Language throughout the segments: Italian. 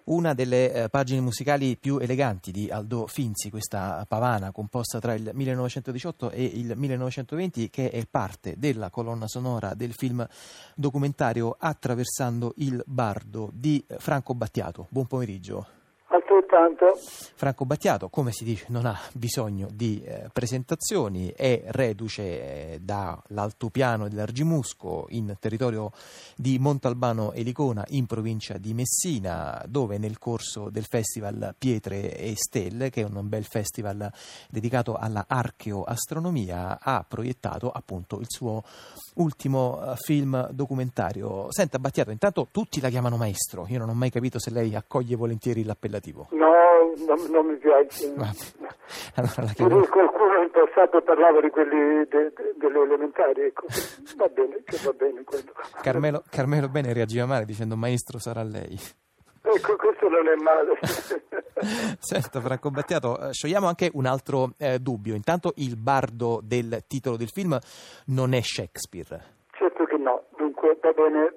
Una delle pagine musicali più eleganti di Aldo Finzi, questa Pavana composta tra il 1918 e il 1920, che è parte della colonna sonora del film documentario Attraversando il Bardo di Franco Battiato. Buon pomeriggio. Altrettanto. Franco Battiato, come si dice, non ha bisogno di presentazioni, è reduce dall'altopiano dell'Argimusco in territorio di Montalbano e Licona in provincia di Messina, dove nel corso del festival Pietre e Stelle, che è un bel festival dedicato alla archeoastronomia, ha proiettato appunto il suo ultimo film documentario. Senta Battiato, intanto tutti la chiamano maestro, io non ho mai capito se lei accoglie volentieri l'appellativo. No, non mi piace. Allora, qualcuno in passato parlava di quelli delle elementari, ecco. Va bene quello. Carmelo Bene reagiva male dicendo maestro sarà lei. Ecco, questo non è male. Senta Franco Battiato, sciogliamo anche un altro dubbio. Intanto il bardo del titolo del film non è Shakespeare. Certo che no, dunque va bene.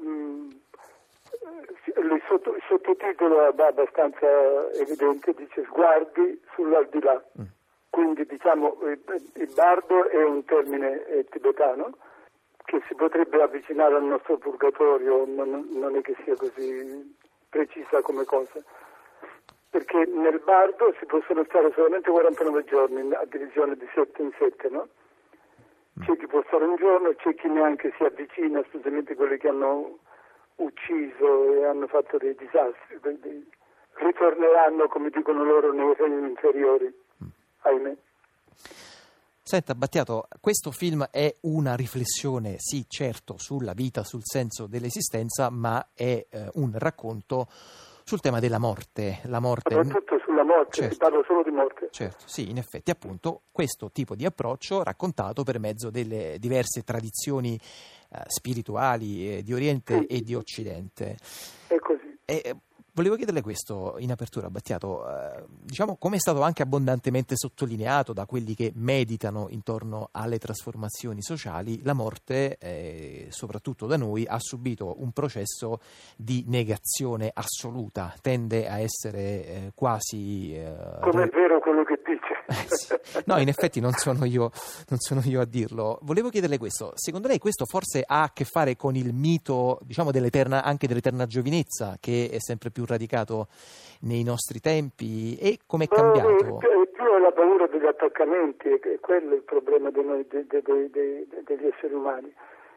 Il sottotitolo è abbastanza evidente, dice sguardi sull'aldilà. Quindi diciamo il bardo è un termine tibetano che si potrebbe avvicinare al nostro purgatorio, non è che sia così precisa come cosa, perché nel bardo si possono stare solamente 49 giorni a divisione di 7 in 7, no? C'è chi può stare un giorno, c'è chi neanche si avvicina, specialmente quelli che hanno ucciso e hanno fatto dei disastri, ritorneranno, come dicono loro, nei regni inferiori, ahimè. Senta Battiato, questo film è una riflessione, sì certo, sulla vita, sul senso dell'esistenza, ma è un racconto sul tema della morte. La morte soprattutto sulla morte, certo. Si parla solo di morte. Certo, sì, in effetti appunto questo tipo di approccio raccontato per mezzo delle diverse tradizioni spirituali di Oriente e di Occidente. È così. Volevo chiederle questo in apertura, Battiato, diciamo come è stato anche abbondantemente sottolineato da quelli che meditano intorno alle trasformazioni sociali, la morte, soprattutto da noi, ha subito un processo di negazione assoluta, tende a essere quasi... come è vero quello che dice. Sì. No, in effetti non sono io a dirlo. Volevo chiederle questo, secondo lei questo forse ha a che fare con il mito, diciamo, anche dell'eterna giovinezza, che è sempre più radicato nei nostri tempi, e come è cambiato? Più è la paura degli attaccamenti, è quello il problema di noi, degli esseri umani.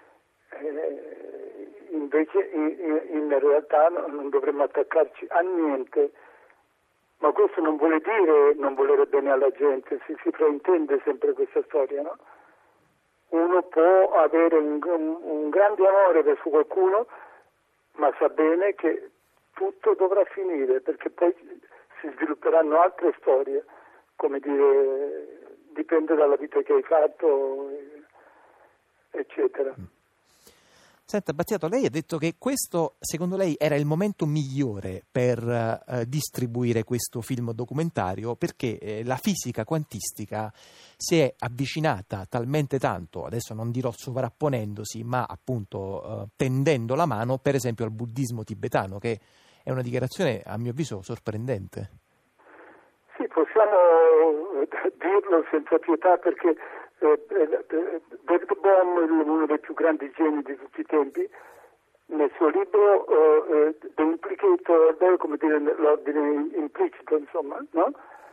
Invece in realtà non dovremmo attaccarci a niente. Ma questo non vuole dire non volere bene alla gente, si fraintende sempre questa storia, no? Uno può avere un grande amore verso qualcuno, ma sa bene che tutto dovrà finire, perché poi si svilupperanno altre storie, come dire, dipende dalla vita che hai fatto, eccetera. Senta Battiato, lei ha detto che questo, secondo lei, era il momento migliore per distribuire questo film documentario, perché la fisica quantistica si è avvicinata talmente tanto, adesso non dirò sovrapponendosi, ma appunto tendendo la mano, per esempio, al buddismo tibetano, che è una dichiarazione, a mio avviso, sorprendente. Sì, possiamo dirlo senza pietà, perché David Bohm, uno dei più grandi geni di tutti i tempi, nel suo libro The Implicate Order, come dire, l'ordine implicito, insomma, no?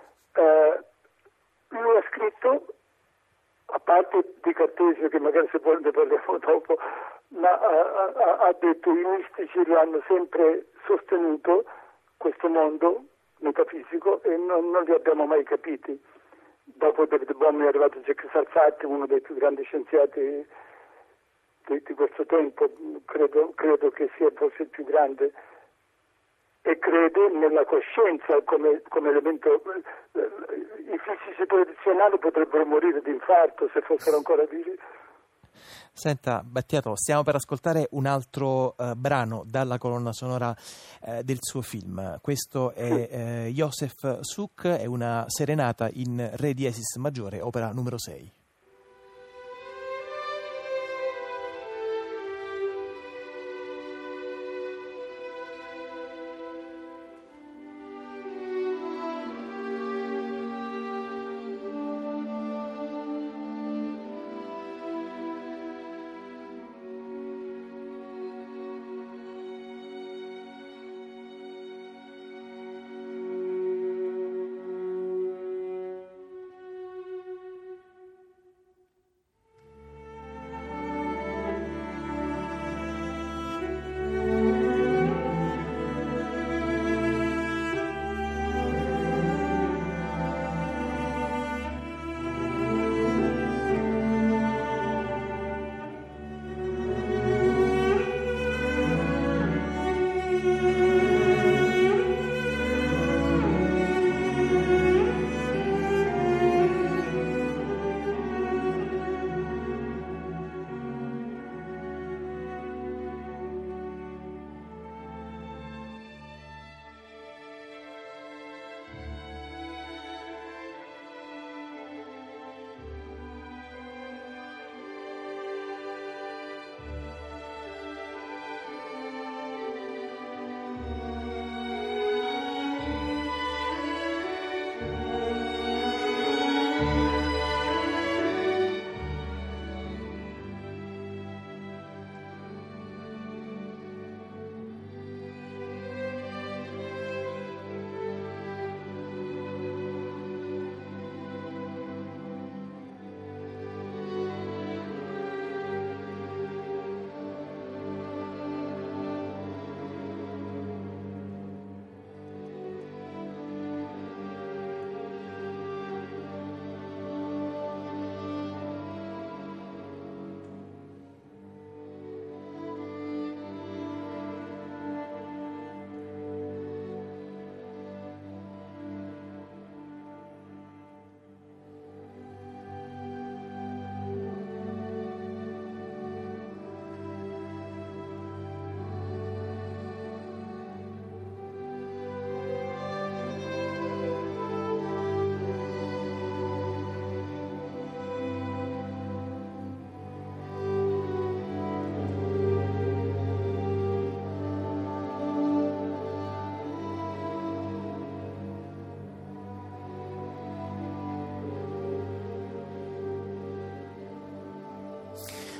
Lui ha scritto, a parte di Cartesio, che magari se vuole ne parliamo dopo, ma ha detto i mistici lo hanno sempre sostenuto, questo mondo metafisico, e non li abbiamo mai capiti. Dopo David Bohm è arrivato Jacques Sarfatti, uno dei più grandi scienziati di questo tempo, credo che sia forse il più grande, e crede nella coscienza come elemento. I fisici tradizionali potrebbero morire di infarto se fossero ancora vivi. Senta Battiato, stiamo per ascoltare un altro brano dalla colonna sonora del suo film. Questo è Joseph Suk, è una serenata in Re diesis maggiore, opera numero 6.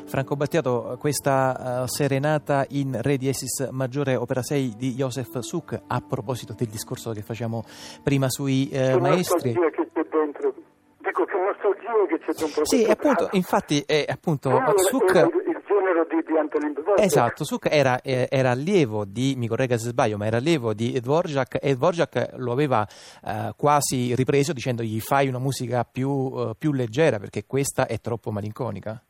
Franco Battiato, questa serenata in Re diesis maggiore opera 6 di Joseph Suk, a proposito del discorso che facciamo prima sui maestri. Che c'è dentro. Dico che nostalgia che c'è dentro. Sì, appunto, infatti Suk... il genero di Antonin Dvorak. Esatto, Suk era allievo di, mi corregga se sbaglio, ma era allievo di Dvorak, e Dvorak lo aveva quasi ripreso dicendogli: fai una musica più leggera perché questa è troppo malinconica.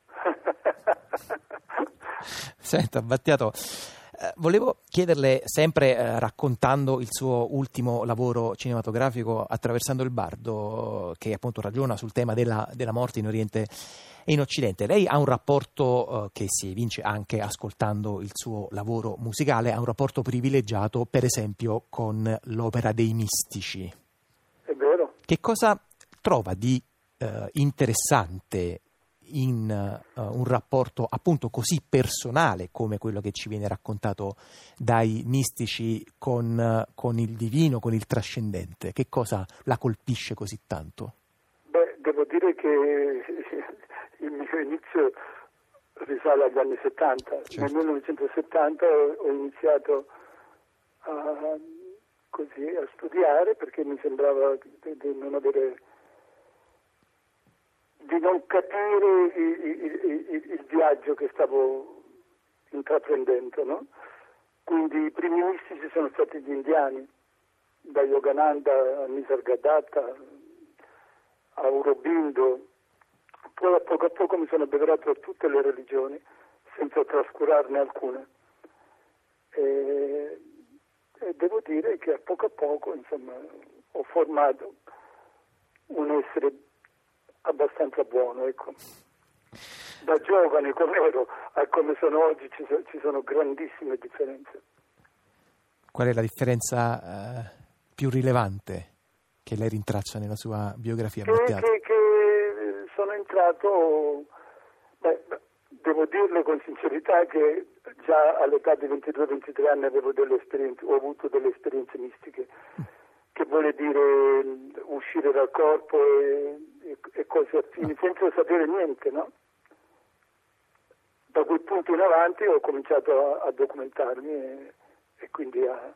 Senta, Battiato, volevo chiederle, sempre raccontando il suo ultimo lavoro cinematografico, Attraversando il Bardo, che appunto ragiona sul tema della morte in Oriente e in Occidente. Lei ha un rapporto che si evince anche ascoltando il suo lavoro musicale, ha un rapporto privilegiato, per esempio, con l'opera dei mistici. È vero. Che cosa trova di interessante in un rapporto appunto così personale come quello che ci viene raccontato dai mistici con il divino, con il trascendente? Che cosa la colpisce così tanto? Beh, devo dire che il mio inizio risale agli anni 70. Certo. Nel 1970 ho iniziato a studiare, perché mi sembrava di non capire il viaggio che stavo intraprendendo, no? Quindi i primi mistici sono stati gli indiani, da Yogananda a Nisargadatta a Aurobindo. Poi a poco mi sono abbeverato a tutte le religioni senza trascurarne alcuna, e devo dire che a poco insomma ho formato un essere abbastanza buono, ecco. Da giovane come ero a come sono oggi ci sono grandissime differenze. Qual è la differenza più rilevante che lei rintraccia nella sua biografia, Battiato? Che sono entrato, devo dirle con sincerità che già all'età di 22-23 anni ho avuto delle esperienze mistiche, che vuole dire uscire dal corpo e cose affini, senza sapere niente, no? Da quel punto in avanti ho cominciato a documentarmi e quindi a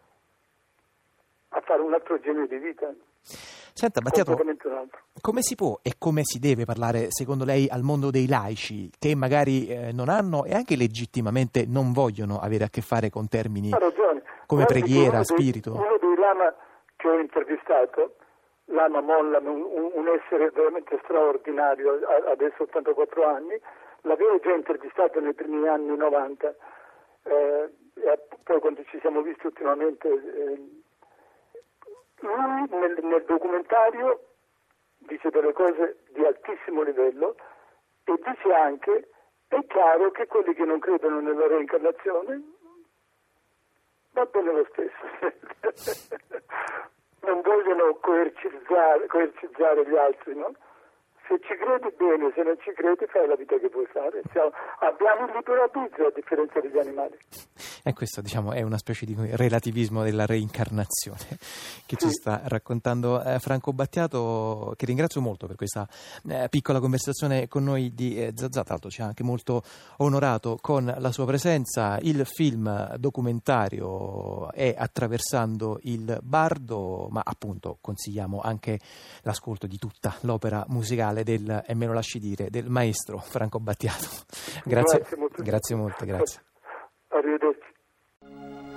fare un altro genere di vita. Senta, Battiato, come si può e come si deve parlare, secondo lei, al mondo dei laici, che magari non hanno e anche legittimamente non vogliono avere a che fare con termini come preghiera, spirito? Uno dei lama che ho intervistato, Lama Mollam, un essere veramente straordinario, adesso 84 anni, l'avevo già intervistato nei primi anni 90, poi quando ci siamo visti ultimamente, lui nel documentario dice delle cose di altissimo livello e dice anche: è chiaro che quelli che non credono nella reincarnazione va bene lo stesso. Non vogliono coercizzare gli altri, no? Se ci credi bene, se non ci credi fai la vita che puoi fare. Abbiamo il libero arbitrio, a differenza degli animali. E questo, diciamo, è una specie di relativismo della reincarnazione che ci sta raccontando Franco Battiato, che ringrazio molto per questa piccola conversazione con noi di Zazà. Tra l'altro ci ha anche molto onorato con la sua presenza. Il film documentario è Attraversando il Bardo, ma appunto consigliamo anche l'ascolto di tutta l'opera musicale del, e me lo lasci dire, del maestro Franco Battiato. Grazie molto. Arrivederci.